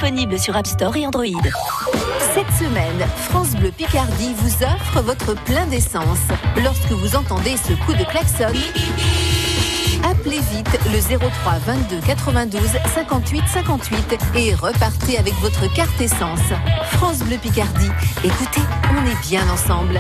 disponible sur App Store et Android. Cette semaine, France Bleu Picardie vous offre votre plein d'essence. Lorsque vous entendez ce coup de klaxon, appelez vite le 03 22 92 58 58 et repartez avec votre carte essence. France Bleu Picardie, écoutez, on est bien ensemble.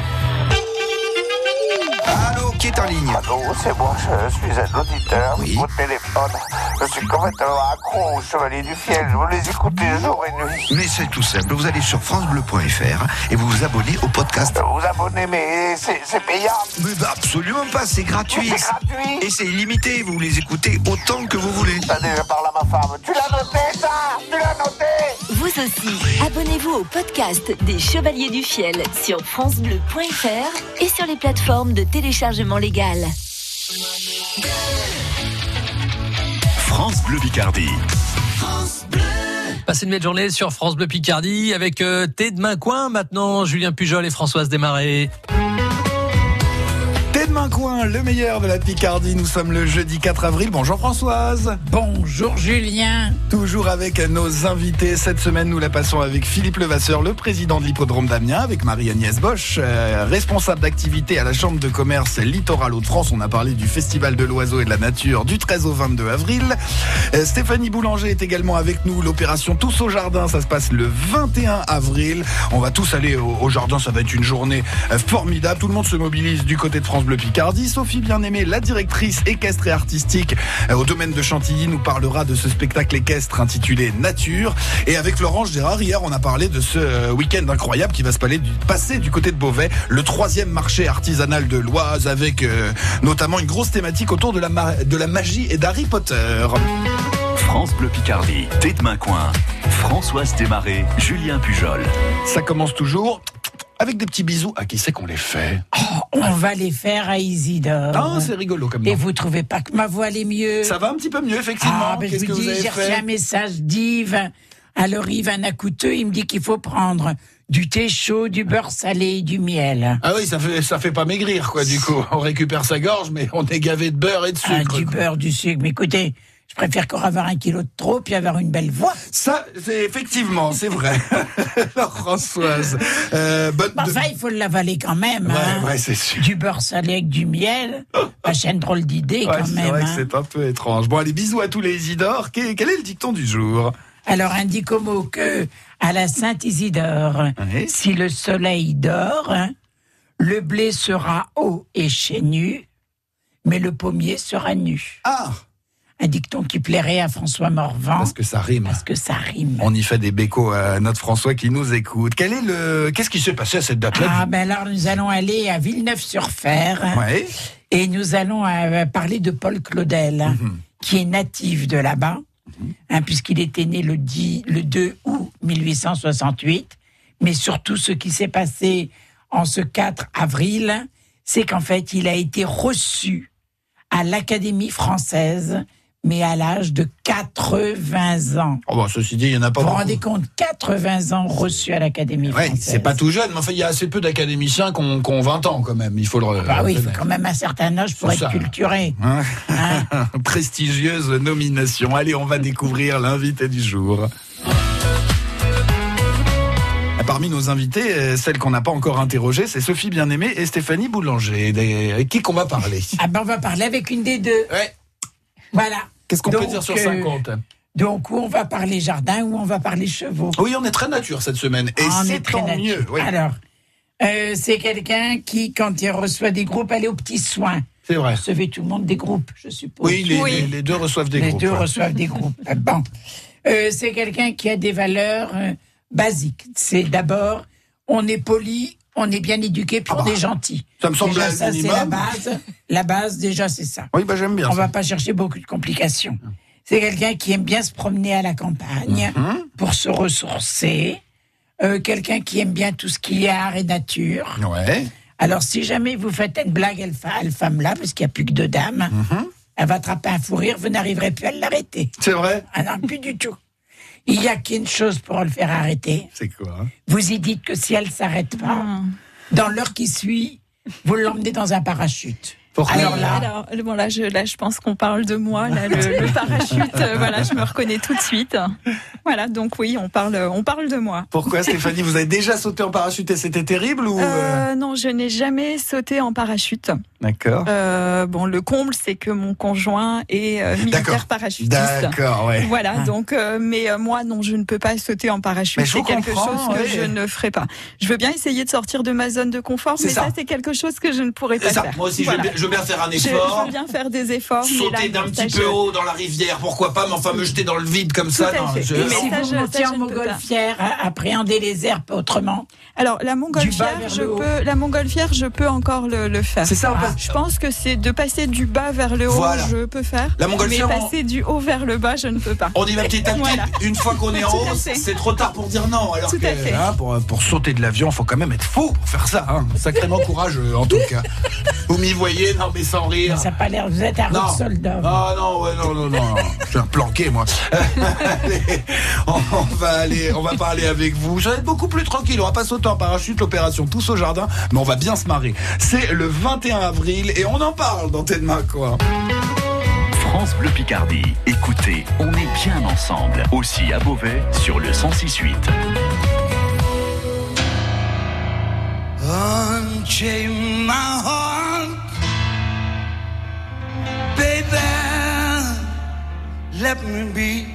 Allô, qui est en ligne? Allô, c'est moi, je suis un auditeur. Oui. Au téléphone. Je suis complètement accro au Chevalier du Fiel. Je veux les écouter jour et nuit. Mais c'est tout simple, vous allez sur francebleu.fr et vous vous abonnez au podcast. Vous abonnez, mais c'est payant. Mais absolument pas, c'est gratuit. C'est gratuit. Et c'est illimité, vous les écoutez autant que vous voulez. Attendez, je parle à ma femme. Tu l'as noté, ça? Tu l'as noté? Vous aussi, abonnez-vous au podcast des Chevaliers du Fiel sur francebleu.fr et sur les plateformes de téléchargement légal. France Bleu Picardie. Passez une belle journée sur France Bleu Picardie avec Thé de Maincoin maintenant, Julien Pujol et Françoise Desmarais. Thé de Maincoin, le meilleur de la Picardie. Nous sommes le jeudi 4 avril. Bonjour Françoise. Bonjour Julien. Toujours avec nos invités. Cette semaine, nous la passons avec Philippe Levasseur, le président de l'hippodrome d'Amiens, avec Marie-Agnès Bosch, responsable d'activité à la Chambre de commerce Littoral Hauts-de-France. On a parlé du Festival de l'Oiseau et de la Nature du 13 au 22 avril. Stéphanie Boulanger est également avec nous. L'opération Tous au Jardin, ça se passe le 21 avril. On va tous aller au jardin. Ça va être une journée formidable. Tout le monde se mobilise du côté de France Bleu Picardie. Sophie Bien-Aimée, la directrice équestre et artistique au domaine de Chantilly, nous parlera de ce spectacle équestre intitulé Nature. Et avec Florence Gérard, hier, on a parlé de ce week-end incroyable qui va se passer du côté de Beauvais, le 3e marché artisanal de l'Oise, avec notamment une grosse thématique autour de la magie et d'Harry Potter. France Bleu Picardie, Thé de Maincoin, Françoise Desmarais, Julien Pujol. Ça commence toujours avec des petits bisous. À qui c'est qu'on les fait? On va les faire à Isidore. Ah, c'est rigolo comme nom. Et vous trouvez pas que ma voix allait mieux? Ça va un petit peu mieux, effectivement. Ben, Qu'est-ce je que vous vous dis, avez j'ai reçu fait? un message d'Yves. Alors Yves, un accouteux, il me dit qu'il faut prendre du thé chaud, du beurre salé et du miel. Ah oui, ça fait pas maigrir, quoi, du coup. On récupère sa gorge, mais on est gavé de beurre et de sucre. Du beurre, du sucre. Mais écoutez, je préfère encore avoir 1 kilo de trop puis avoir une belle voix. Ça, c'est effectivement, c'est vrai. Alors, Françoise, Enfin, il faut l'avaler quand même. Ouais, c'est sûr. Du beurre salé avec du miel. C'est une drôle d'idée quand c'est même. vrai que c'est un peu étrange. Bon, allez, bisous à tous les Isidore. Quel est le dicton du jour? Alors, un dit comme mot que à la Saint-Isidore, Oui. si le soleil dort, le blé sera haut et nu, mais le pommier sera nu. Ah, Un dicton qui plairait à François Morvan. parce que ça rime. Parce que ça rime. On y fait des bécos à notre François qui nous écoute. Qu'est-ce qui s'est passé à cette date-là? Ah, ben alors, nous allons aller à Villeneuve-sur-Fer. Ouais. Et nous allons parler de Paul Claudel, qui est natif de là-bas, puisqu'il était né le 2 août 1868. Mais surtout, ce qui s'est passé en ce 4 avril, c'est qu'en fait, il a été reçu à l'Académie française, mais à l'âge de 80 ans. Oh, bon, ceci dit, il n'y en a pas Vous vous beaucoup. rendez compte, 80 ans reçus à l'Académie Ouais, française. c'est pas tout jeune, mais enfin, il y a assez peu d'académiciens qui ont 20 ans, quand même. Il faut le Bah oui, il faut reconnaître. quand même un certain âge pour C'est être ça. culturé. Hein Hein. Prestigieuse nomination. Allez, on va découvrir l'invité du jour. Parmi nos invités, celle qu'on n'a pas encore interrogée, c'est Sophie Bien-Aimée et Stéphanie Boulanger. Avec qui qu'on va parler? Ah ben on va parler avec une des deux. Ouais. Voilà. Qu'est-ce qu'on peut Donc, dire sur 50? Donc, où on va parler jardin, ou on va parler chevaux. Oui, on est très nature cette semaine. Et On c'est est très tant nature. mieux. Oui. Alors, c'est quelqu'un qui, quand il reçoit des groupes, allait aux petits soins. C'est vrai. Vous recevez tout le monde des groupes, je suppose. Oui, les deux reçoivent des Les groupes. deux ouais. reçoivent des groupes. Bon. C'est quelqu'un qui a des valeurs basiques. C'est d'abord, on est poli, on est bien éduqué, puis on est gentil. Ça me semble déjà, un ça, c'est minimum. la base. La base, déjà, c'est ça. Oui, bah j'aime bien On ça. va pas chercher beaucoup de complications. C'est quelqu'un qui aime bien se promener à la campagne pour se ressourcer. Quelqu'un qui aime bien tout ce qui est art et nature. Ouais. Alors, si jamais vous faites une blague elle-femme-là, parce qu'il n'y a plus que 2 dames, elle va attraper un fou rire, vous n'arriverez plus à l'arrêter. C'est vrai? Ah non, plus du tout. Il n'y a qu'une chose pour le faire arrêter. C'est quoi hein? Vous y dites que si elle ne s'arrête pas, dans l'heure qui suit, vous l'emmenez dans un parachute. Pourquoi? Alors là, Là, je pense qu'on parle de moi. Là, le parachute, voilà, je me reconnais tout de suite. Voilà, donc oui, on parle de moi. Pourquoi, Stéphanie? Vous avez déjà sauté en parachute et c'était terrible ou Non, je n'ai jamais sauté en parachute. D'accord. Bon, le comble, c'est que mon conjoint est militaire parachutiste. D'accord, ouais. Voilà, donc, mais moi, non, je ne peux pas sauter en parachute. Mais je c'est vous quelque comprends, chose que ouais. je ne ferai pas. Je veux bien essayer de sortir de ma zone de confort, C'est mais ça. ça, c'est quelque chose que je ne pourrais pas C'est ça. faire. Moi aussi, Voilà. je veux bien faire un Je effort. veux bien faire des efforts. mais Sauter là, d'un non, petit ça, peu haut dans la rivière, pourquoi pas, mais enfin me jeter dans le vide comme ça, Tout à non. fait. je- Mais si ça, vous montiez je en ne peux pas. montgolfière, appréhender les herbes autrement. Alors la montgolfière, vers le haut. je peux encore le faire. C'est ça, on passe- Je pense que c'est de passer du bas vers le haut, Voilà. je peux faire. La montgolfière, mais on- passer du haut vers le bas, je ne peux pas. On y va petit à petit. Voilà. Une fois qu'on est en Tout haut, à fait. c'est trop tard pour dire non. Alors Tout que à fait. Hein, pour sauter de l'avion, faut quand même être fou pour faire ça. Hein. Sacrément courageux, en tout cas. vous m'y voyez, non mais sans rire. Ça n'a pas l'air, vous êtes un Non. rock soldat. Ah non, ouais, non. Je suis un planqué, moi. Allez, on va parler avec vous. Ça va être beaucoup plus tranquille. On va pas sauter en parachute, l'opération Tous au jardin, mais on va bien se marrer. C'est le 21 avril et on en parle dans T'es de main, quoi. France Bleu Picardie. Écoutez, on est bien ensemble. Aussi à Beauvais sur le 106.8. Unchain my heart, baby, let me be.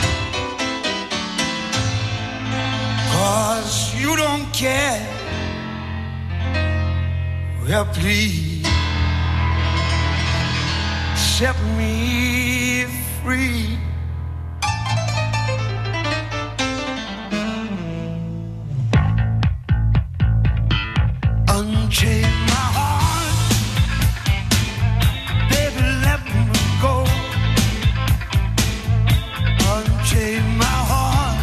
'Cause you don't care, well please, set me free. Unchain my heart, baby, let me go. Unchain my heart,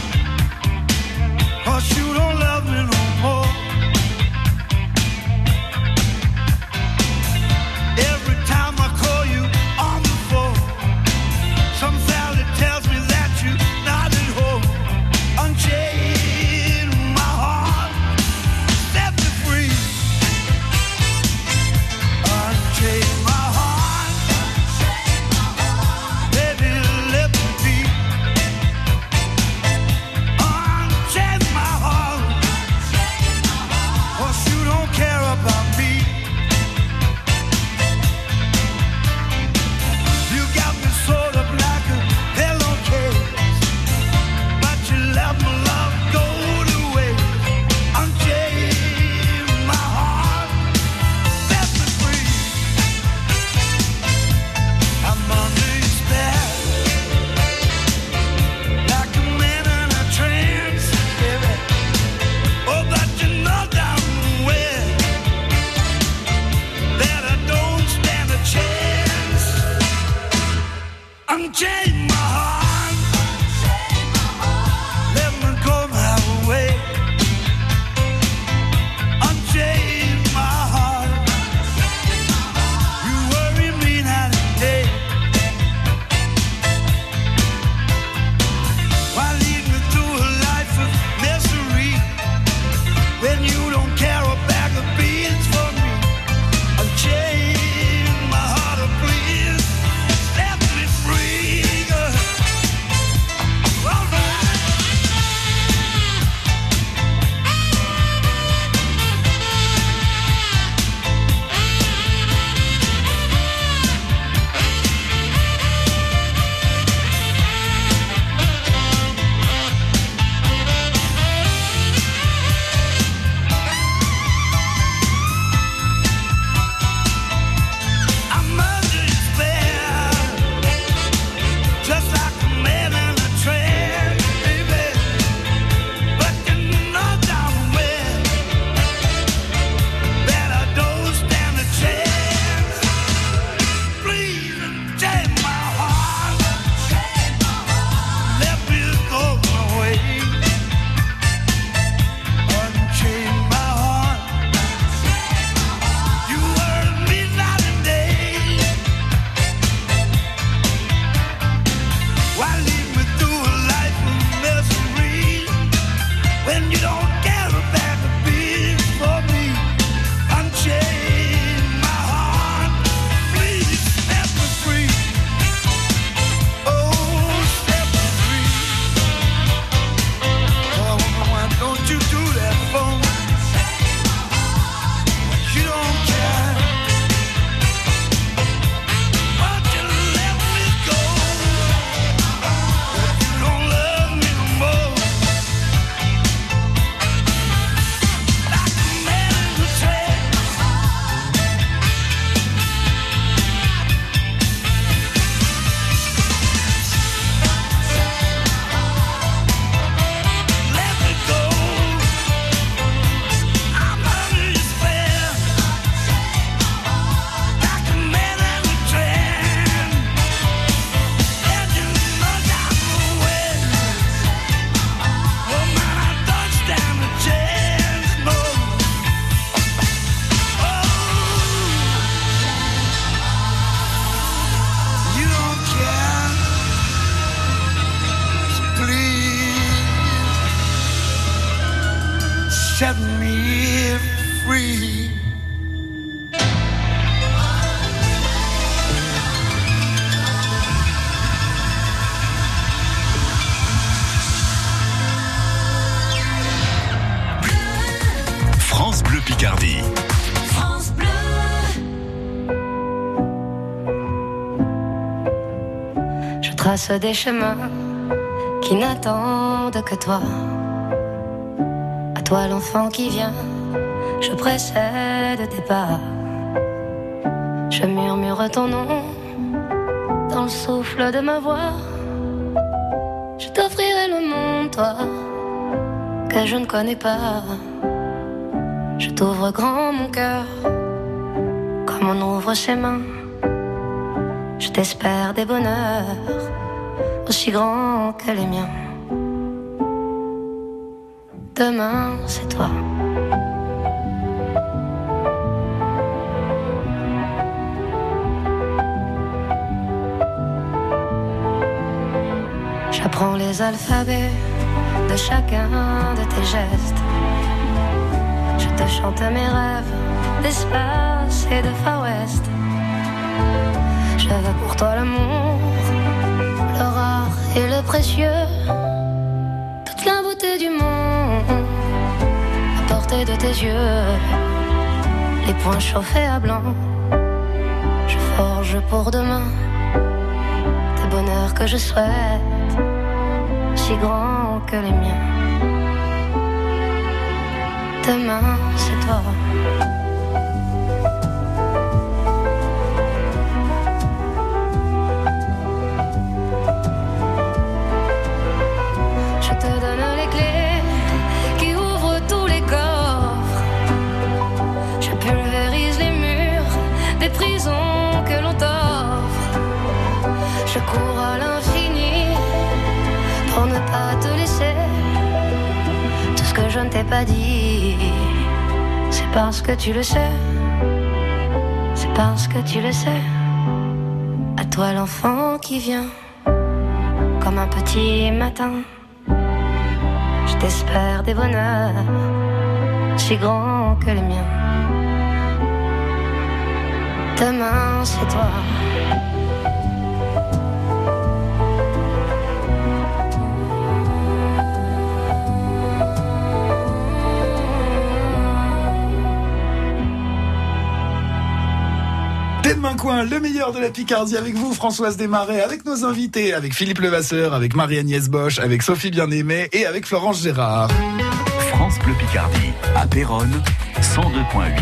'cause you don't love me no more. Every time I call you on the phone, some set me free. France Bleu Picardie. France Bleu. Je trace des chemins qui n'attendent que toi. À toi l'enfant qui vient, je précède tes pas. Je murmure ton nom dans le souffle de ma voix. Je t'offrirai le monde, toi, que je ne connais pas. Je t'ouvre grand mon cœur, comme on ouvre ses mains. Je t'espère des bonheurs aussi grands que les miens. Demain, c'est toi. J'apprends les alphabets de chacun de tes gestes. Je te chante mes rêves d'espace et de Far West. Je veux pour toi l'amour, le rare et le précieux, toute la beauté du monde à portée de tes yeux. Les poings chauffés à blanc, je forge pour demain des bonheurs que je souhaite, si grands que les miens. Demain, c'est toi. Je te donne les clés qui ouvrent tous les coffres. Je pulvérise les murs des prisons que l'on t'offre. Je cours à l'infini pour ne pas te laisser. Tout ce que je ne t'ai pas dit, c'est parce que tu le sais. C'est parce que tu le sais. À toi l'enfant qui vient comme un petit matin. Je t'espère des bonheurs si grands que les miens. Demain c'est toi. Demain Coin, le meilleur de la Picardie avec vous, Françoise Desmarais, avec nos invités, avec Philippe Levasseur, avec Marie-Agnès Bosch, avec Sophie Bien-Aimée et avec Florence Gérard. France Bleu Picardie, à Péronne, 102.8.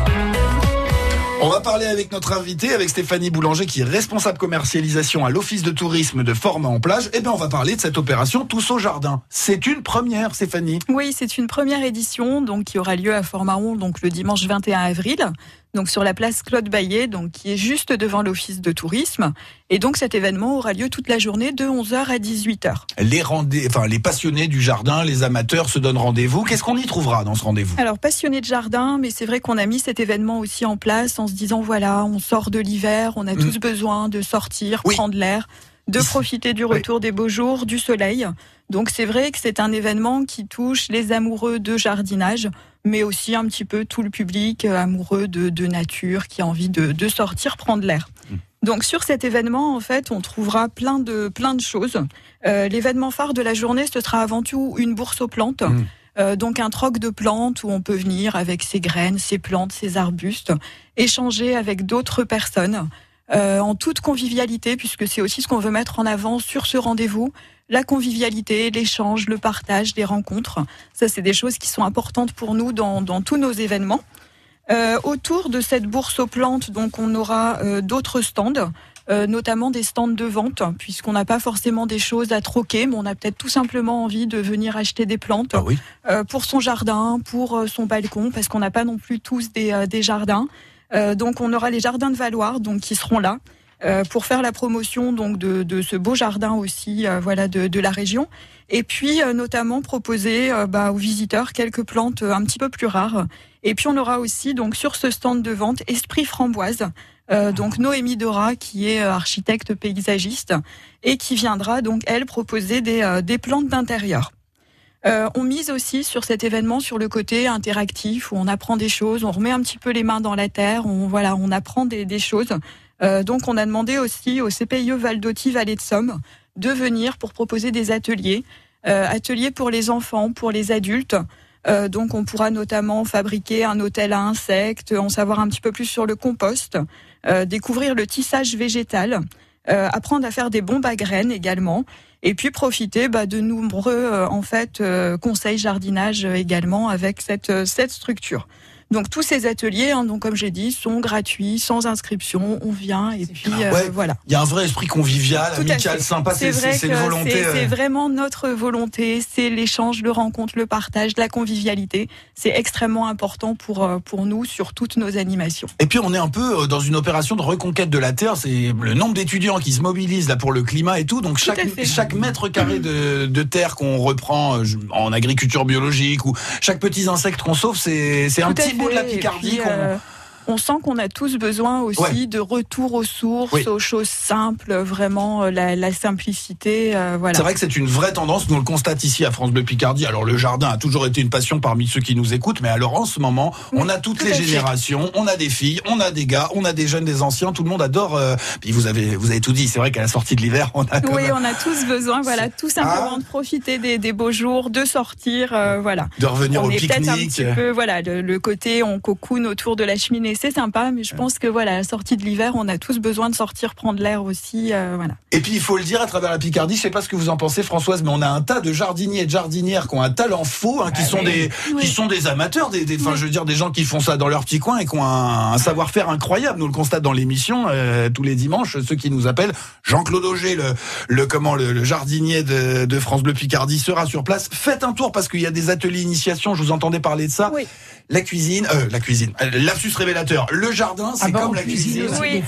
On va parler avec notre invité, avec Stéphanie Boulanger, qui est responsable commercialisation à l'Office de tourisme de Format-en-Plage. Eh bien, on va parler de cette opération Tous au Jardin. C'est une première, Stéphanie. Oui, c'est une première édition donc, qui aura lieu à Fort-Mahon donc, le dimanche 21 avril. Donc sur la place Claude Baillet, donc qui est juste devant l'office de tourisme. Et donc cet événement aura lieu toute la journée de 11h à 18h. Les passionnés du jardin, les amateurs se donnent rendez-vous. Qu'est-ce qu'on y trouvera dans ce rendez-vous ? Alors passionnés de jardin, mais c'est vrai qu'on a mis cet événement aussi en place en se disant voilà, on sort de l'hiver, on a tous besoin de sortir, prendre l'air, de profiter du retour des beaux jours, du soleil. Donc c'est vrai que c'est un événement qui touche les amoureux de jardinage, mais aussi un petit peu tout le public amoureux de nature qui a envie de sortir, prendre l'air. Donc sur cet événement, en fait, on trouvera plein de choses. L'événement phare de la journée, ce sera avant tout une bourse aux plantes. Donc un troc de plantes où on peut venir avec ses graines, ses plantes, ses arbustes, échanger avec d'autres personnes en toute convivialité, puisque c'est aussi ce qu'on veut mettre en avant sur ce rendez-vous. La convivialité, l'échange, le partage, les rencontres. Ça, c'est des choses qui sont importantes pour nous dans tous nos événements. Autour de cette bourse aux plantes, donc, on aura d'autres stands, notamment des stands de vente, puisqu'on n'a pas forcément des choses à troquer, mais on a peut-être tout simplement envie de venir acheter des plantes pour son jardin, pour son balcon, parce qu'on n'a pas non plus tous des jardins. Donc, on aura les jardins de Valoir, donc, qui seront là. Pour faire la promotion donc de ce beau jardin aussi de la région, et puis notamment proposer aux visiteurs quelques plantes un petit peu plus rares. Et puis on aura aussi donc sur ce stand de vente Esprit Framboise, donc Noémie Dora qui est architecte paysagiste et qui viendra donc elle proposer des plantes d'intérieur. On mise aussi sur cet événement sur le côté interactif où on apprend des choses, on remet un petit peu les mains dans la terre, on apprend des choses. Donc on a demandé aussi au CPIE Val d'Authie Vallée de Somme de venir pour proposer des ateliers pour les enfants, pour les adultes. Donc on pourra notamment fabriquer un hôtel à insectes, en savoir un petit peu plus sur le compost, découvrir le tissage végétal, apprendre à faire des bombes à graines également, et puis profiter de nombreux conseils jardinage également avec cette structure. Donc tous ces ateliers, donc comme j'ai dit, sont gratuits, sans inscription. On vient et puis voilà. Il y a un vrai esprit convivial, amical, sympa. C'est une volonté. C'est vraiment notre volonté. C'est l'échange, le rencontre, le partage, la convivialité. C'est extrêmement important pour nous sur toutes nos animations. Et puis on est un peu dans une opération de reconquête de la terre. C'est le nombre d'étudiants qui se mobilisent là pour le climat et tout. Donc chaque mètre carré de terre qu'on reprend en agriculture biologique ou chaque petit insecte qu'on sauve, c'est un petit bout de la Picardie. On sent qu'on a tous besoin aussi de retour aux sources, aux choses simples, vraiment la simplicité. Voilà. C'est vrai que c'est une vraie tendance, nous le constate ici à France Bleu Picardie. Alors le jardin a toujours été une passion parmi ceux qui nous écoutent, mais alors en ce moment, on a toutes les générations, on a des filles, on a des gars, on a des jeunes, des anciens, tout le monde adore. Puis vous avez tout dit, c'est vrai qu'à la sortie de l'hiver, on a on a tous besoin, tout simplement de profiter des beaux jours, de sortir, de revenir au pique-nique. Peut-être un petit peu, le côté on cocoon autour de la cheminée. C'est sympa, mais je pense que à la sortie de l'hiver, on a tous besoin de sortir prendre l'air aussi. Et puis il faut le dire à travers la Picardie, je sais pas ce que vous en pensez, Françoise, mais on a un tas de jardiniers et de jardinières qui ont un talent faux, qui sont des amateurs, je veux dire des gens qui font ça dans leur petit coin et qui ont un savoir-faire incroyable. Nous le constate dans l'émission tous les dimanches, ceux qui nous appellent. Jean-Claude Auger, le jardinier de France Bleu Picardie sera sur place. Faites un tour parce qu'il y a des ateliers initiation. Je vous entendais parler de ça. Oui. La cuisine, lapsus révélateur. Le jardin, c'est comme la cuisine. Oui.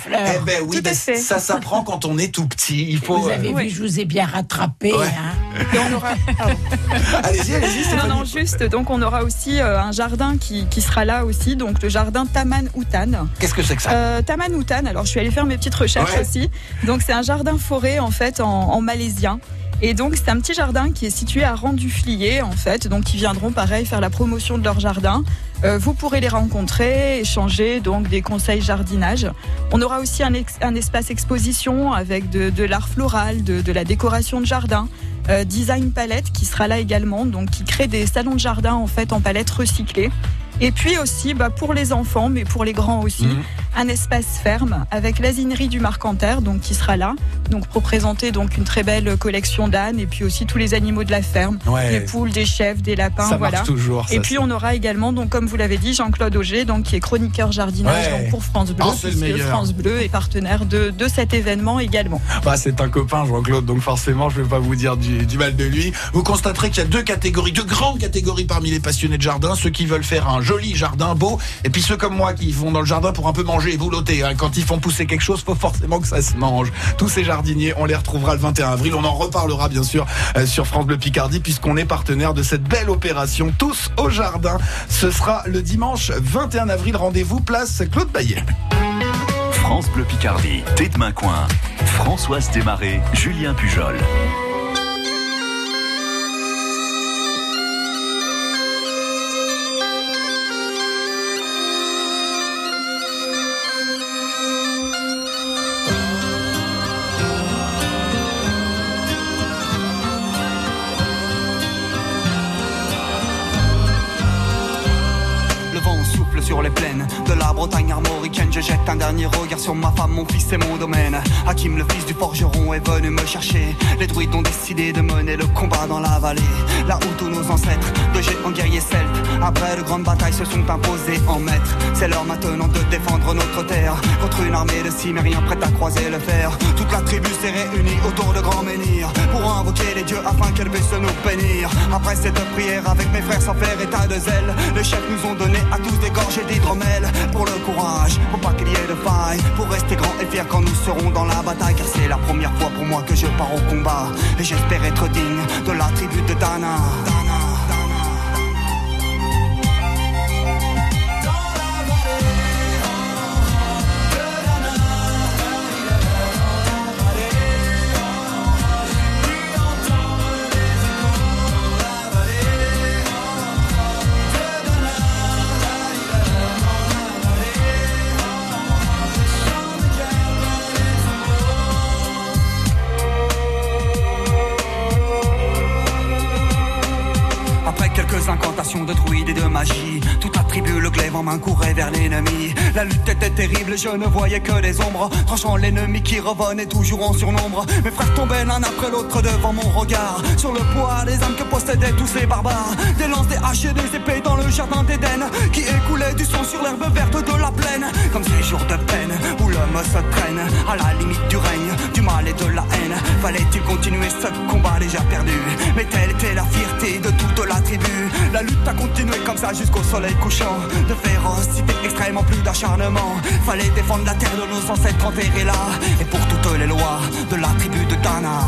Ça s'apprend quand on est tout petit. Il faut. Vous avez vu, je vous ai bien rattrapé. Ouais. Et on aura. Allez-y. Non, juste. Donc, on aura aussi un jardin qui sera là aussi. Donc, le jardin Taman Hutan. Qu'est-ce que c'est que ça Taman Hutan. Alors, je suis allée faire mes petites recherches aussi. Donc, c'est un jardin forêt en malaisien. Et donc, c'est un petit jardin qui est situé à Rang-du-Flier, donc ils viendront, pareil, faire la promotion de leur jardin. Vous pourrez les rencontrer, échanger, donc des conseils jardinage. On aura aussi un espace exposition avec de l'art floral, de la décoration de jardin. Design palette qui sera là également, donc qui crée des salons de jardin, en palette recyclée. Et puis aussi, pour les enfants, mais pour les grands aussi, un espace ferme avec l'asinerie du Marcanterre, donc qui sera là, donc pour présenter donc une très belle collection d'ânes et puis aussi tous les animaux de la ferme, des poules, des chèvres, des lapins, ça marche toujours. Et puis on aura également, donc comme vous l'avez dit, Jean-Claude Auger, donc qui est chroniqueur jardinage donc pour France Bleu, puisque France Bleu est partenaire de cet événement également. C'est un copain, Jean-Claude, donc forcément, je ne vais pas vous dire du mal de lui. Vous constaterez qu'il y a deux grandes catégories parmi les passionnés de jardin, ceux qui veulent faire un joli jardin beau, et puis ceux comme moi qui vont dans le jardin pour un peu manger et boulotter. Quand ils font pousser quelque chose, faut forcément que ça se mange. Tous ces jardiniers, on les retrouvera le 21 avril. On en reparlera bien sûr sur France Bleu Picardie, puisqu'on est partenaire de cette belle opération Tous au jardin. Ce sera le dimanche 21 avril. Rendez-vous place Claude Baillet. France Bleu Picardie, Thé de Maincoin, Françoise Desmarais, Julien Pujol. Sur les plaines de la Bretagne armoricaine, je jette un dernier regard sur ma femme, mon fils et mon domaine. Hakim, le fils du forgeron, est venu me chercher. Les druides ont décidé de mener le combat dans la vallée, là où tous nos ancêtres, de géants guerriers celtes, après de grandes batailles, se sont imposés en maîtres. C'est l'heure maintenant de défendre notre terre contre une armée de Cimériens prête à croiser le fer. Toute la tribu s'est réunie autour de grands menhirs pour invoquer les dieux afin qu'elle puisse nous bénir. Après cette prière, avec mes frères sans faire état de zèle, les chefs nous ont donné à tous des gorgées d'hydromel pour le courage, pour pas qu'il y ait de faille, pour rester grand et fier quand nous serons dans la bataille, car c'est la première fois pour moi que je pars au combat et j'espère être digne de la tribu de Dana. quelques incantations de druides et de magie. Toute la tribu, le glaive en main, courait vers l'ennemi. La lutte était terrible et je ne voyais que des ombres, tranchant l'ennemi qui revenait toujours en surnombre. Mes frères tombaient l'un après l'autre devant mon regard, sur le poids des âmes que possédaient tous ces barbares. Des lances, des haches et des épées dans le jardin d'Éden, qui écoulait du sang sur l'herbe verte de la plaine. Comme ces jours de peine où l'homme se traîne à la limite du règne, du mal et de la haine. Fallait-il continuer ce combat déjà perdu? Mais telle était la fierté de toute la tribu. La lutte a continué comme ça jusqu'au soleil couchant. De férocité extrême en plus d'acharnement. Fallait défendre la terre de nos ancêtres enterrés là. Et pour toutes les lois de la tribu de Dana.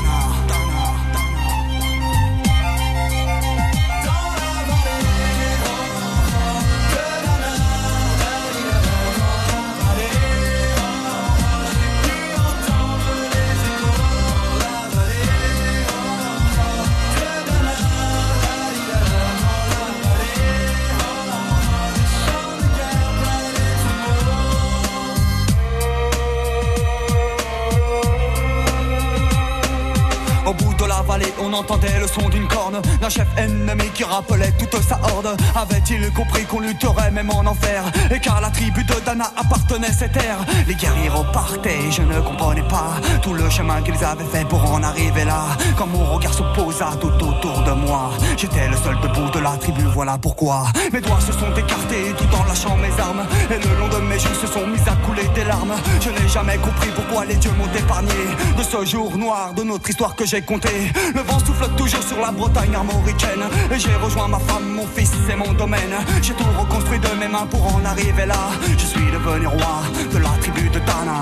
On entendait le son d'une corne d'un chef ennemi qui rappelait toute sa horde. Avait-il compris qu'on lutterait même en enfer? Et car la tribu de Dana appartenait à cette terre. Les guerriers repartaient, je ne comprenais pas tout le chemin qu'ils avaient fait pour en arriver là. Quand mon regard se posa tout autour de moi, j'étais le seul debout de la tribu, voilà pourquoi mes doigts se sont écartés tout en lâchant mes armes. Et le long de mes joues se sont mis à couler des larmes. Je n'ai jamais compris pourquoi les dieux m'ont épargné de ce jour noir de notre histoire que j'ai compté. Le vent souffle toujours sur la Bretagne armoricaine. Et j'ai rejoint ma femme, mon fils et mon domaine. J'ai tout reconstruit de mes mains pour en arriver là. Je suis devenu roi de la tribu de Dana.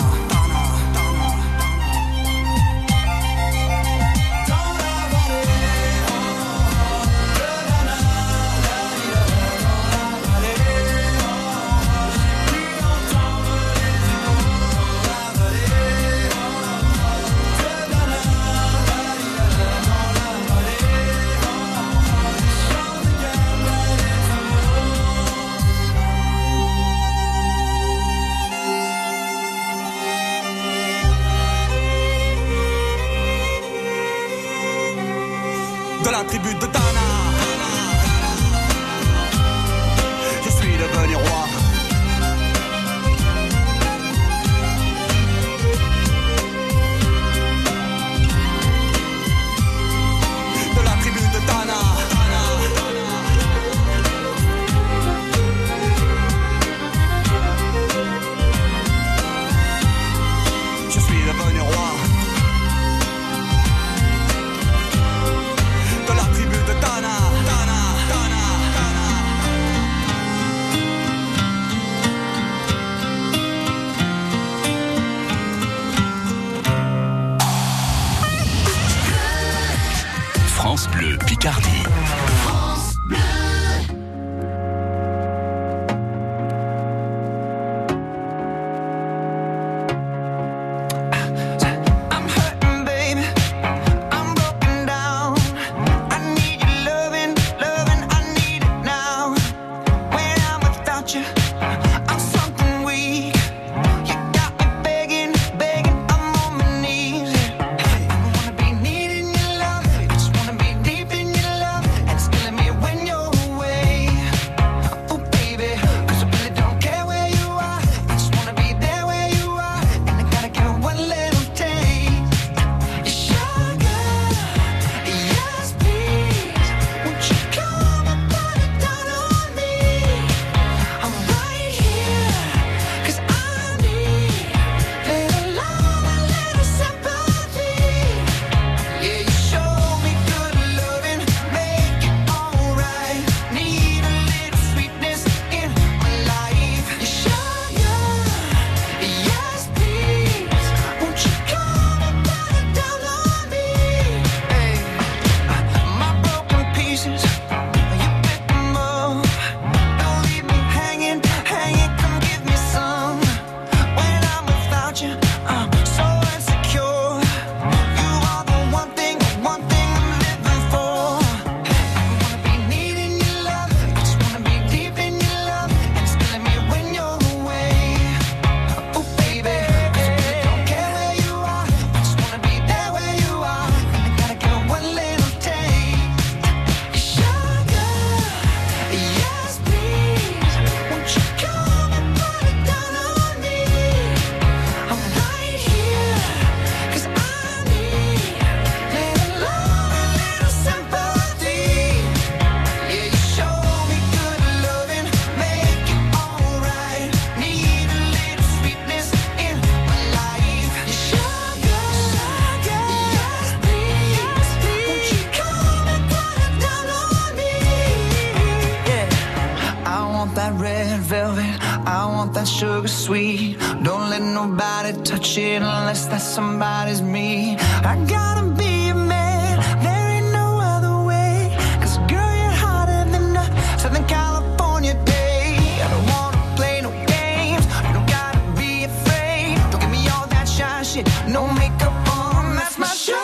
that red velvet, I want that sugar sweet. Don't let nobody touch it unless that somebody's me. I gotta be a man, there ain't no other way. 'Cause girl, you're hotter than a Southern California day. I don't wanna play no games, you don't gotta be afraid. Don't give me all that shy shit, no makeup on, that's my sugar.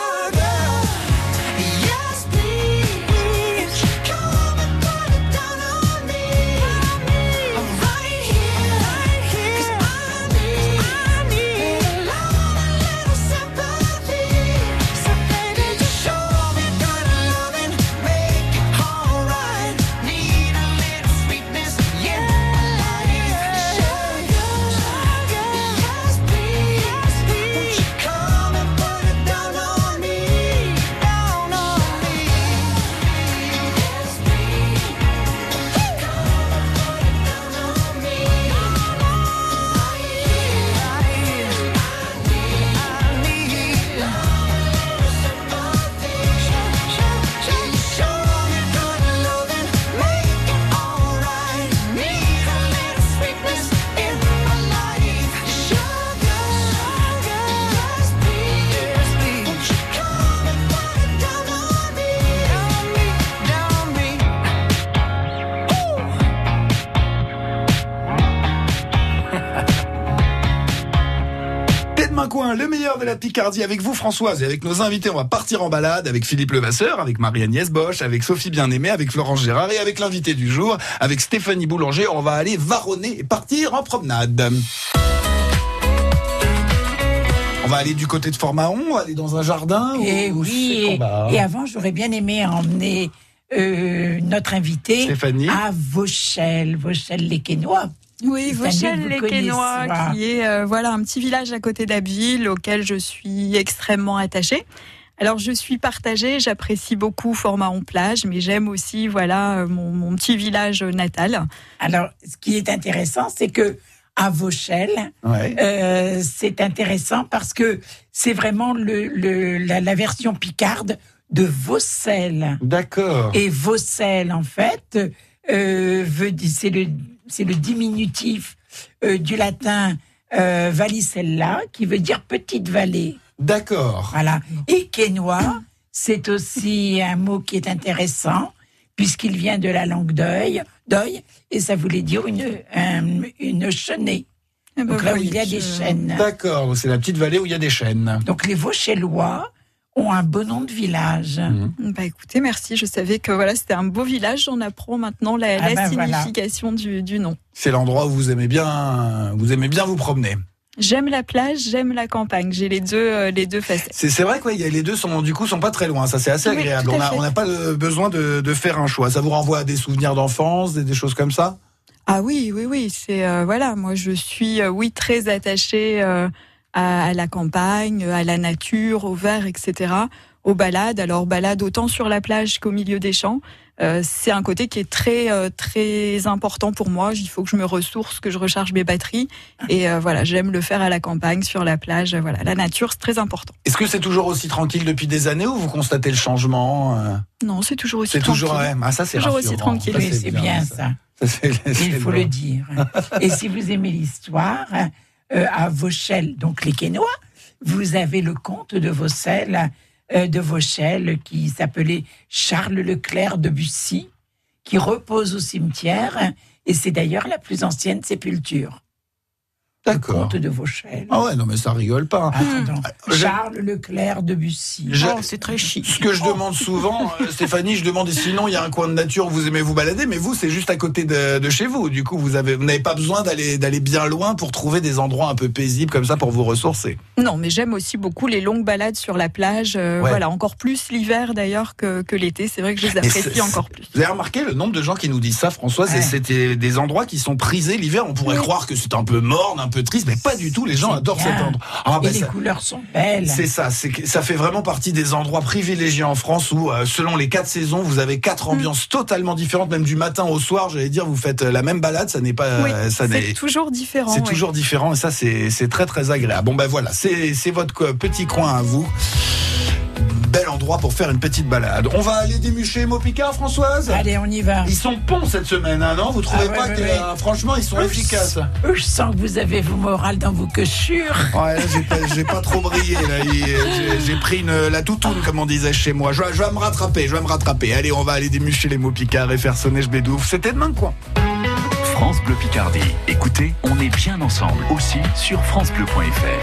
Le meilleur de la Picardie avec vous Françoise et avec nos invités. On va partir en balade avec Philippe Levasseur, avec Marie-Agnès Bosch, avec Sophie Bien-Aimée, avec Florence Gérard et avec l'invité du jour, avec Stéphanie Boulanger. On va aller varonner et partir en promenade. On va aller du côté de Fort-Mahon, on va aller dans un jardin. Et oui, et avant j'aurais bien aimé emmener notre invité Stéphanie à Vauchelles-les-Quesnois. Oui, Vauchelles-les-Quesnois, qui est un petit village à côté d'Abbeville auquel je suis extrêmement attachée. Alors je suis partagée, j'apprécie beaucoup Fort-Mahon-Plage, mais j'aime aussi mon petit village natal. Alors ce qui est intéressant, c'est que à Vauchelles, c'est intéressant parce que c'est vraiment la version picarde de Vaucelles. D'accord. Et Vaucelles, en fait, c'est le diminutif du latin Vallicella, qui veut dire petite vallée. D'accord. Voilà. Et Quesnois, c'est aussi un mot qui est intéressant, puisqu'il vient de la langue d'Oeil, et ça voulait dire une chenée. Donc là où il y a des chênes. D'accord, c'est la petite vallée où il y a des chênes. Donc les Vauchellois ont un beau nom de village. Écoutez, merci. Je savais que c'était un beau village. On apprend maintenant la signification du nom. C'est l'endroit où vous aimez bien vous promener. J'aime la plage, j'aime la campagne. J'ai les deux facettes. C'est vrai que les deux sont pas très loin. Ça, c'est assez agréable. On n'a pas besoin de faire un choix. Ça vous renvoie à des souvenirs d'enfance, des choses comme ça? Ah oui. C'est moi je suis très attachée à la campagne, à la nature, au vert, etc. Aux balades. Alors balade autant sur la plage qu'au milieu des champs. C'est un côté qui est très très important pour moi. Il faut que je me ressource, que je recharge mes batteries. Et j'aime le faire à la campagne, sur la plage. La nature, c'est très important. Est-ce que c'est toujours aussi tranquille depuis des années ou vous constatez le changement? Non, c'est toujours aussi tranquille. Ça, c'est toujours aussi tranquille. Oui, c'est bien ça. Il faut le dire. Et si vous aimez l'histoire, à Vauchelles, donc les Quesnois, vous avez le comte de Vauchelles, qui s'appelait Charles Leclerc de Bussy, qui repose au cimetière, et c'est d'ailleurs la plus ancienne sépulture. D'accord. Le comte de Vauchelles. Ah ouais, non mais ça rigole pas. Charles Leclerc de Bussy. C'est très chic. Ce que je demande souvent, Stéphanie, je demande sinon il y a un coin de nature où vous aimez vous balader, mais vous c'est juste à côté de chez vous. Du coup vous n'avez pas besoin d'aller bien loin pour trouver des endroits un peu paisibles comme ça pour vous ressourcer. Non, mais j'aime aussi beaucoup les longues balades sur la plage. Encore plus l'hiver d'ailleurs que l'été. C'est vrai que je les apprécie encore plus. Vous avez remarqué le nombre de gens qui nous disent ça, Françoise, et c'était des endroits qui sont prisés l'hiver. On pourrait croire que c'est un peu morne, un peu triste, mais pas du tout. Les gens adorent cet endroit. Les couleurs sont belles. C'est ça. Ça fait vraiment partie des endroits privilégiés en France où, selon les 4 saisons, vous avez 4 ambiances totalement différentes, même du matin au soir. J'allais dire, vous faites la même balade, ça n'est pas. C'est toujours différent. C'est toujours différent, et ça, c'est très très agréable. Bon, voilà, c'est votre petit coin à vous. bel endroit pour faire une petite balade. On va aller démucher les mots picards, Françoise ? Allez, on y va. Ils sont bons cette semaine, hein, non ? Vous trouvez pas que, franchement, ils sont efficaces ? Je sens que vous avez vos morales dans vos cochures. Ouais, là, j'ai pas trop brillé. Là. J'ai pris la toutoune, comme on disait chez moi. Je vais me rattraper. Allez, on va aller démucher les mots picards et faire sonner je bédouffe. C'était demain, quoi. France Bleu Picardie. Écoutez, on est bien ensemble aussi sur francebleu.fr.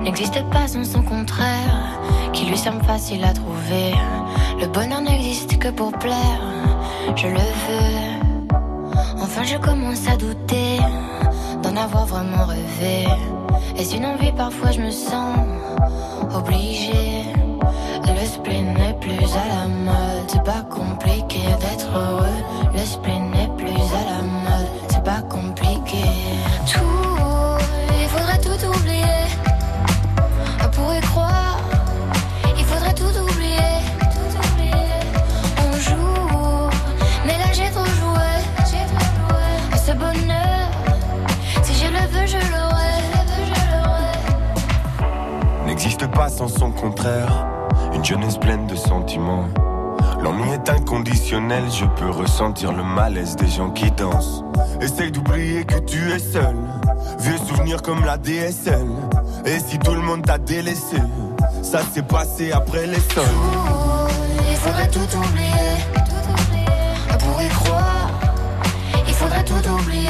n'existe pas sans son contraire, qui lui semble facile à trouver. Le bonheur n'existe que pour plaire, je le veux. Enfin je commence à douter d'en avoir vraiment rêvé. Est-ce une envie? Parfois je me sens obligée. Le spleen n'est plus à la mode, c'est pas compliqué d'être heureux. Le spleen n'est plus à la mode, c'est pas compliqué. Il faudrait tout oublier. On pourrait croire, il faudrait tout oublier. On joue, mais là j'ai trop joué. Ce bonheur, si je le veux, je l'aurai. N'existe pas sans son contraire. Une jeunesse pleine de sentiments. L'ennui est inconditionnel, je peux ressentir le malaise des gens qui dansent. Essaye d'oublier que tu es seul. Vieux souvenirs comme la DSL. Et si tout le monde t'a délaissé, ça s'est passé après les sols. Il faudrait tout oublier. Pour y croire, il faudrait tout oublier.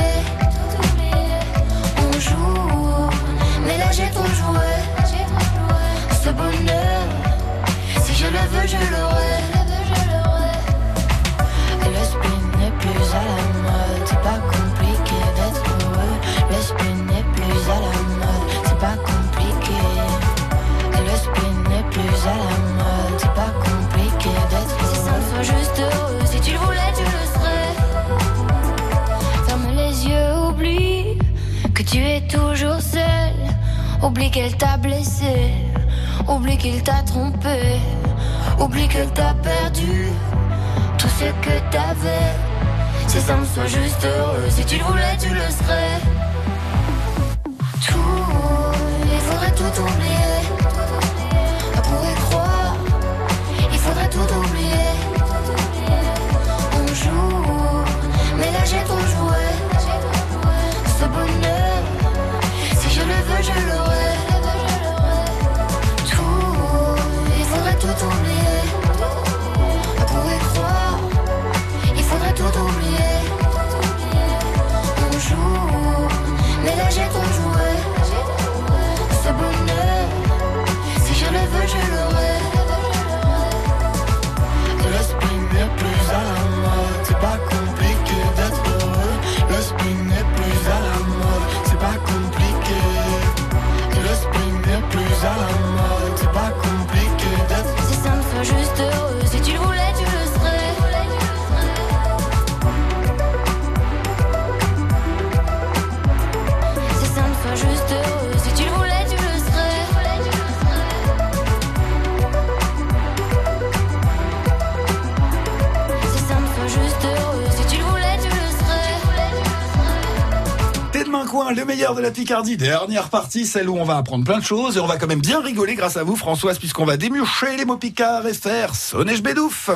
On joue, mais là j'ai trop joué. Ce bonheur, si je le veux, je l'aurai. Le spleen n'est plus à la mode, c'est pas compliqué d'être heureux. Le spleen n'est plus à la mode, c'est pas compliqué. Le spleen n'est plus à la mode, c'est pas compliqué d'être heureux. Si ça me soit juste heureux, si tu le voulais, tu le serais. Ferme les yeux, oublie que tu es toujours seul. Oublie qu'elle t'a blessé. Oublie qu'il t'a trompé, oublie que t'as perdu tout ce que t'avais. Si ça me soit juste heureux, si tu le voulais, tu le serais. Il faudrait tout oublier. Pour y croire, il faudrait tout oublier. On joue, mais là j'ai trop joué. Ce bonheur, si je le veux, je l'aurai. Tout oublier, pour y croire, il faudrait tout oublier. On joue, mais là j'ai trop joué. Ce bonheur, si je le veux, je l'aurai. Le spleen n'est plus à la mode, c'est pas compliqué d'être heureux. Le spleen n'est plus à la mode, c'est pas compliqué. Le spleen n'est plus à la mode, c'est pas compliqué. Si ça me soit juste heureux, si tu le voulais, tu le serais. Si ça me soit juste heureux, si tu le voulais, tu le serais. Si ça me soit juste heureux, si tu le voulais, tu le serais. T'es de main coin, le meilleur de la Picardie. Dernière partie, celle où on va apprendre plein de choses et on va quand même bien rigoler grâce à vous, Françoise, puisqu'on va démurcher les mots picards et faire sonner bédouf.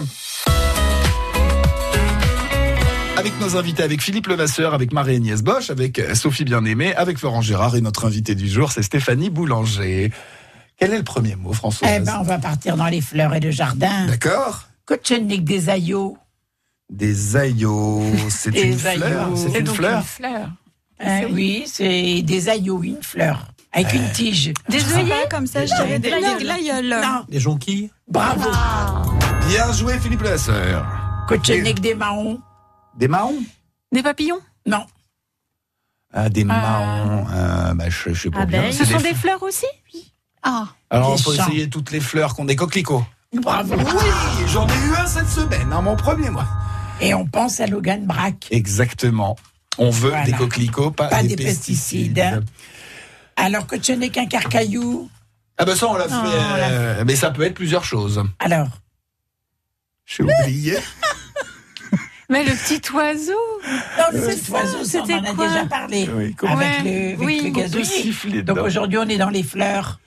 Avec nos invités, avec Philippe Levasseur, avec Marie-Agnès Bosch, avec Sophie Bien-Aimée, avec Florent Gérard et notre invité du jour, c'est Stéphanie Boulanger. Quel est le premier mot, Françoise? Eh ben, on va partir dans les fleurs et le jardin. D'accord. Kotchenik des aïeux. Des aïeux, c'est une fleur. C'est une fleur. Oui, c'est des aïeux, une fleur. Avec une tige. Des œillets comme ça, je dirais des glaïeuls. Non. Des jonquilles. Bravo. Bien joué, Philippe Levasseur. Kotchenik des mahons. Des mahons? Des papillons? Non. Ah, des mahons. Je sais pas bien. Ce sont des fleurs aussi? Ah. Alors, il faut essayer toutes les fleurs qui ont des coquelicots. Bravo. Oui, j'en ai eu un cette semaine, mon premier, moi. Et on pense à Logan Braque. Exactement. On veut des coquelicots, pas des pesticides. Alors, Kotchenik un carcaillou. Ah ben ça, on l'a fait. Mais ça peut être plusieurs choses. Alors? J'ai oublié. Mais le petit oiseau. Non, le petit oiseau, on en a déjà parlé. Oui, avec le gazouillis. Donc aujourd'hui, on est dans les fleurs.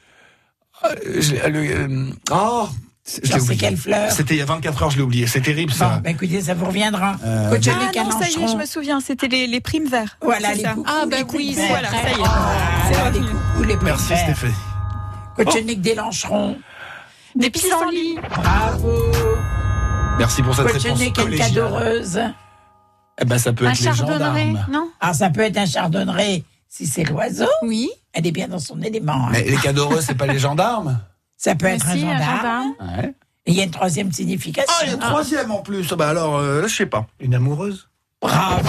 C'est quelle fleur? C'était il y a 24 heures, je l'ai oublié. C'est terrible, ça. Bon, écoutez, ça vous reviendra. Ça y est, je me souviens. C'était les primes verts. Voilà, les coucous. Ah, ben oui, voilà, ça y est. Voilà, les coucous, les primes verts. Merci, Stéphanie. Kotchenik des lancherons. Des pissenlits. Bravo. Merci pour cette réponse collégiale. Kotchenik cadoreuse. Eh ben, ça peut être les gendarmes. Non? Ah, ça peut être un chardonneret. Si c'est l'oiseau, oui, elle est bien dans son élément. Mais les cadoreux, c'est pas les gendarmes? Ça peut être un si, gendarme. Ouais. Et il y a une troisième signification. Ah, il y a une troisième en plus. Bah alors, là, je sais pas. Une amoureuse? Bravo.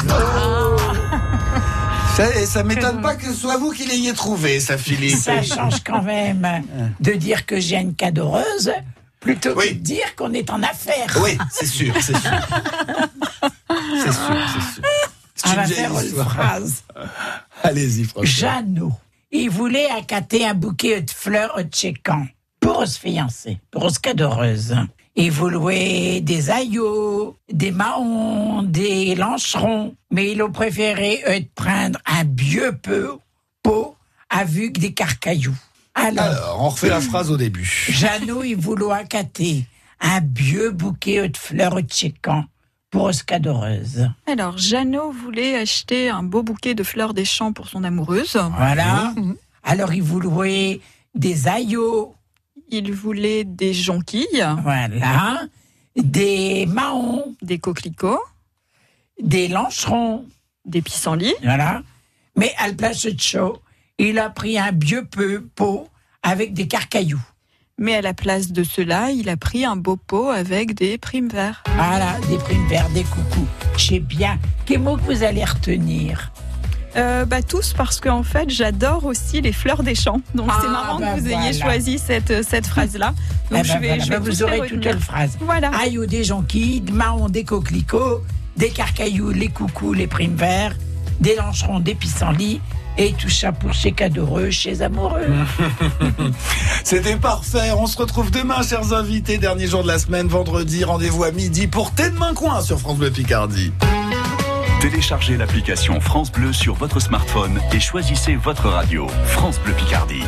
Ça m'étonne pas que ce soit vous qui l'ayez trouvé, ça, Philippe. Ça change quand même de dire que j'ai une cadoreuse plutôt que de dire qu'on est en affaires. Oui, c'est sûr, c'est sûr. C'est sûr. On va faire une phrase. Allez-y, François. Jeannot, il voulait accater un bouquet de fleurs au tchécan pour se fiancer, pour se cadoreuse. Il voulait des aïeux, des mahons, des lancerons, mais il a préféré de prendre un vieux pot avec des carcailloux. Alors, on refait la phrase au début. Jeannot, il voulait accater un vieux bouquet de fleurs au tchécan pour se cadoreuse. Alors, Jeannot voulait acheter un beau bouquet de fleurs des champs pour son amoureuse. Voilà. Alors, il voulait des aïeux. Il voulait des jonquilles. Voilà. Des mahons. Des coquelicots. Des lancerons. Des pissenlits. Voilà. Mais à la place de chaud, il a pris un vieux pot avec des carcailloux. Mais à la place de cela, il a pris un beau pot avec des primes verts. Voilà, des primes verts, des coucous. Je sais bien. Quel mot que vous allez retenir? Tous, parce qu'en fait, j'adore aussi les fleurs des champs. Donc c'est marrant que vous ayez choisi cette phrase-là. Donc je vais vous aurez toute la phrase. Voilà. Aïeux, des jonquilles, des mahons, des coquelicots, des carcailloux, les coucous, les primes verts, des lancerons, des pissenlits. Et tout ça pour chez cadoreux, chez amoureux. C'était parfait. On se retrouve demain, chers invités. Dernier jour de la semaine, vendredi. Rendez-vous à midi pour Tête de Main Coin sur France Bleu Picardie. Téléchargez l'application France Bleu sur votre smartphone et choisissez votre radio. France Bleu Picardie.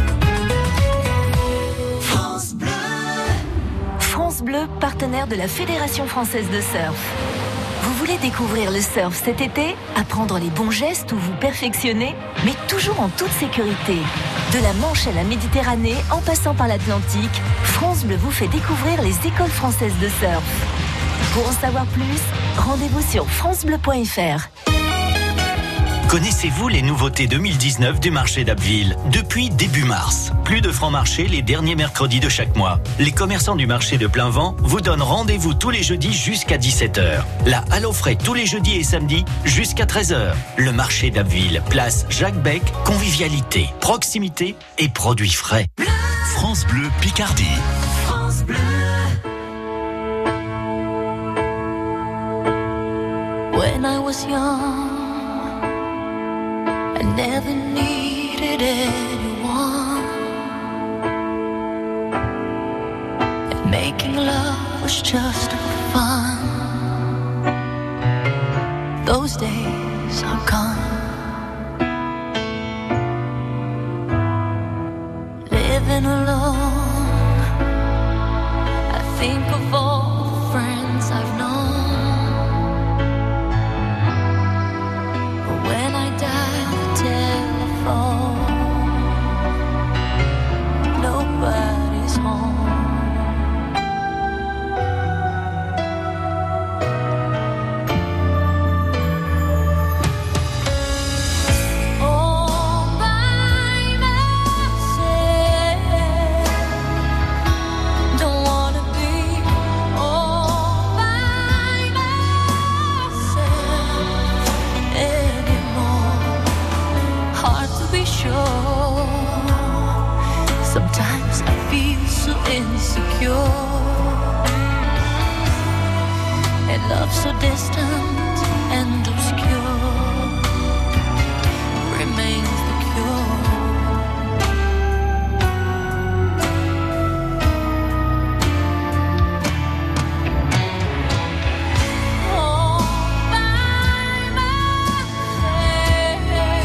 France Bleu. France Bleu, partenaire de la Fédération française de surf. Vous voulez découvrir le surf cet été? Apprendre les bons gestes ou vous perfectionner? Mais toujours en toute sécurité. De la Manche à la Méditerranée, en passant par l'Atlantique, France Bleu vous fait découvrir les écoles françaises de surf. Pour en savoir plus, rendez-vous sur francebleu.fr. Connaissez-vous les nouveautés 2019 du marché d'Abbeville? Depuis début mars, plus de francs marchés les derniers mercredis de chaque mois. Les commerçants du marché de plein vent vous donnent rendez-vous tous les jeudis jusqu'à 17h. La halle aux frais tous les jeudis et samedis jusqu'à 13h. Le marché d'Abbeville, place Jacques Bec, convivialité, proximité et produits frais. France Bleu Picardie. France Bleu. When I was young, I never needed anyone, and making love was just fun. Those days are gone. Living alone, I think of all the friends I've known. When I dial the telephone, nobody's home. All by myself, don't wanna be all by myself anymore. Hard to be sure. Sometimes I feel so insecure, and love so distant and obscure remains the cure. All by myself,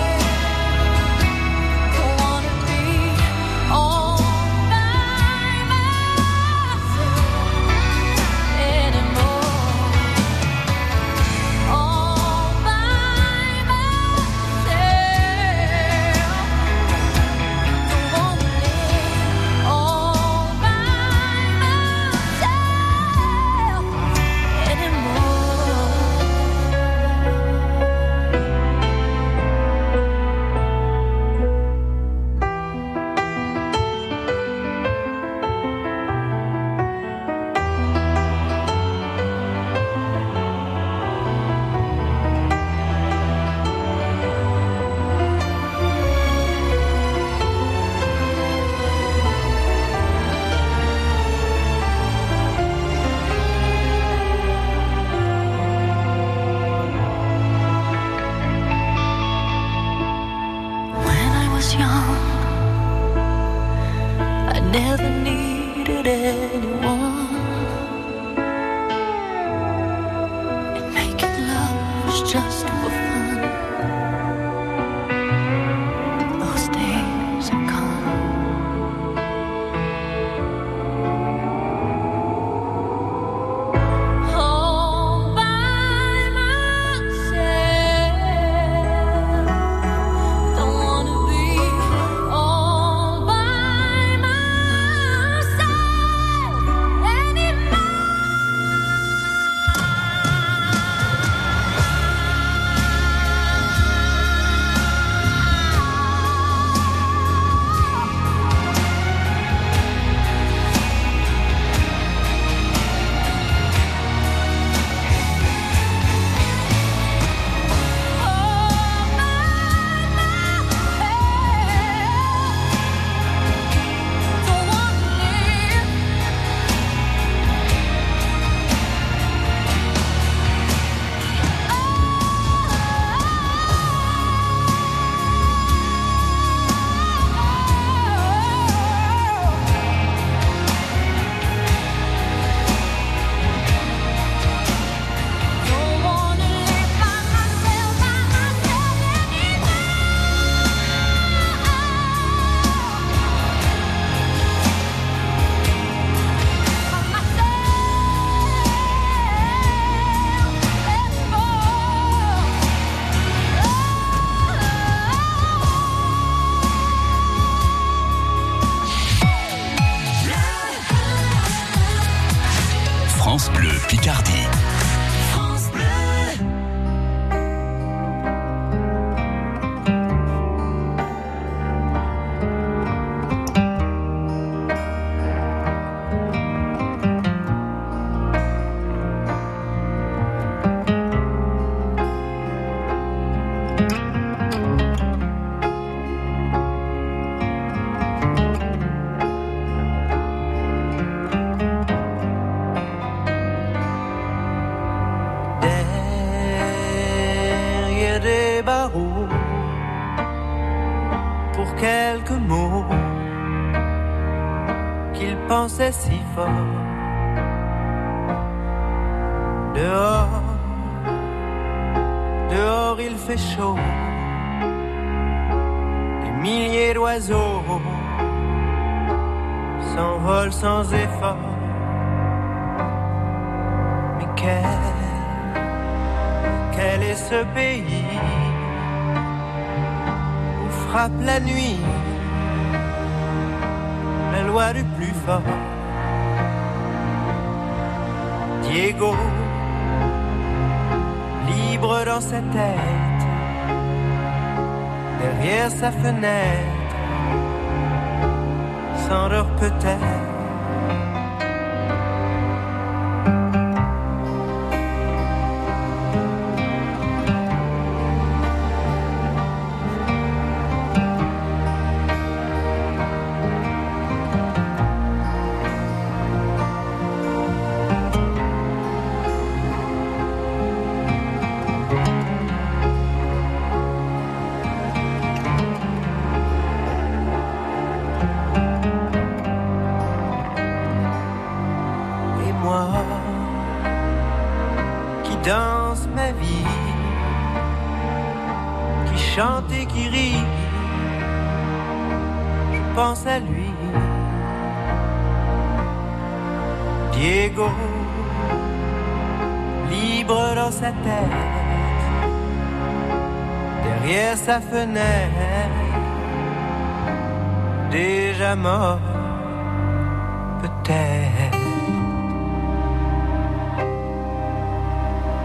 don't wanna be all by myself anymore. never needed anyone. And making love was just for fun. Those days are gone. All by myself. Don't wanna be all by myself anymore. France Bleu Picardie. Derrière des barreaux, pour quelques mots qu'il pensait si fort. Dehors, dehors il fait chaud, des milliers d'oiseaux s'envolent sans effort. Mais quel est ce pays où frappe la nuit la loi du plus fort? Diego, libre dans sa tête, derrière sa fenêtre, s'endort peut-être. Danse ma vie, qui chante et qui rit, je pense à lui. Diego, libre dans sa tête, derrière sa fenêtre, déjà mort, peut-être.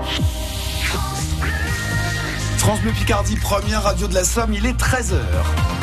France Bleu Picardie, première radio de la Somme, il est 13h.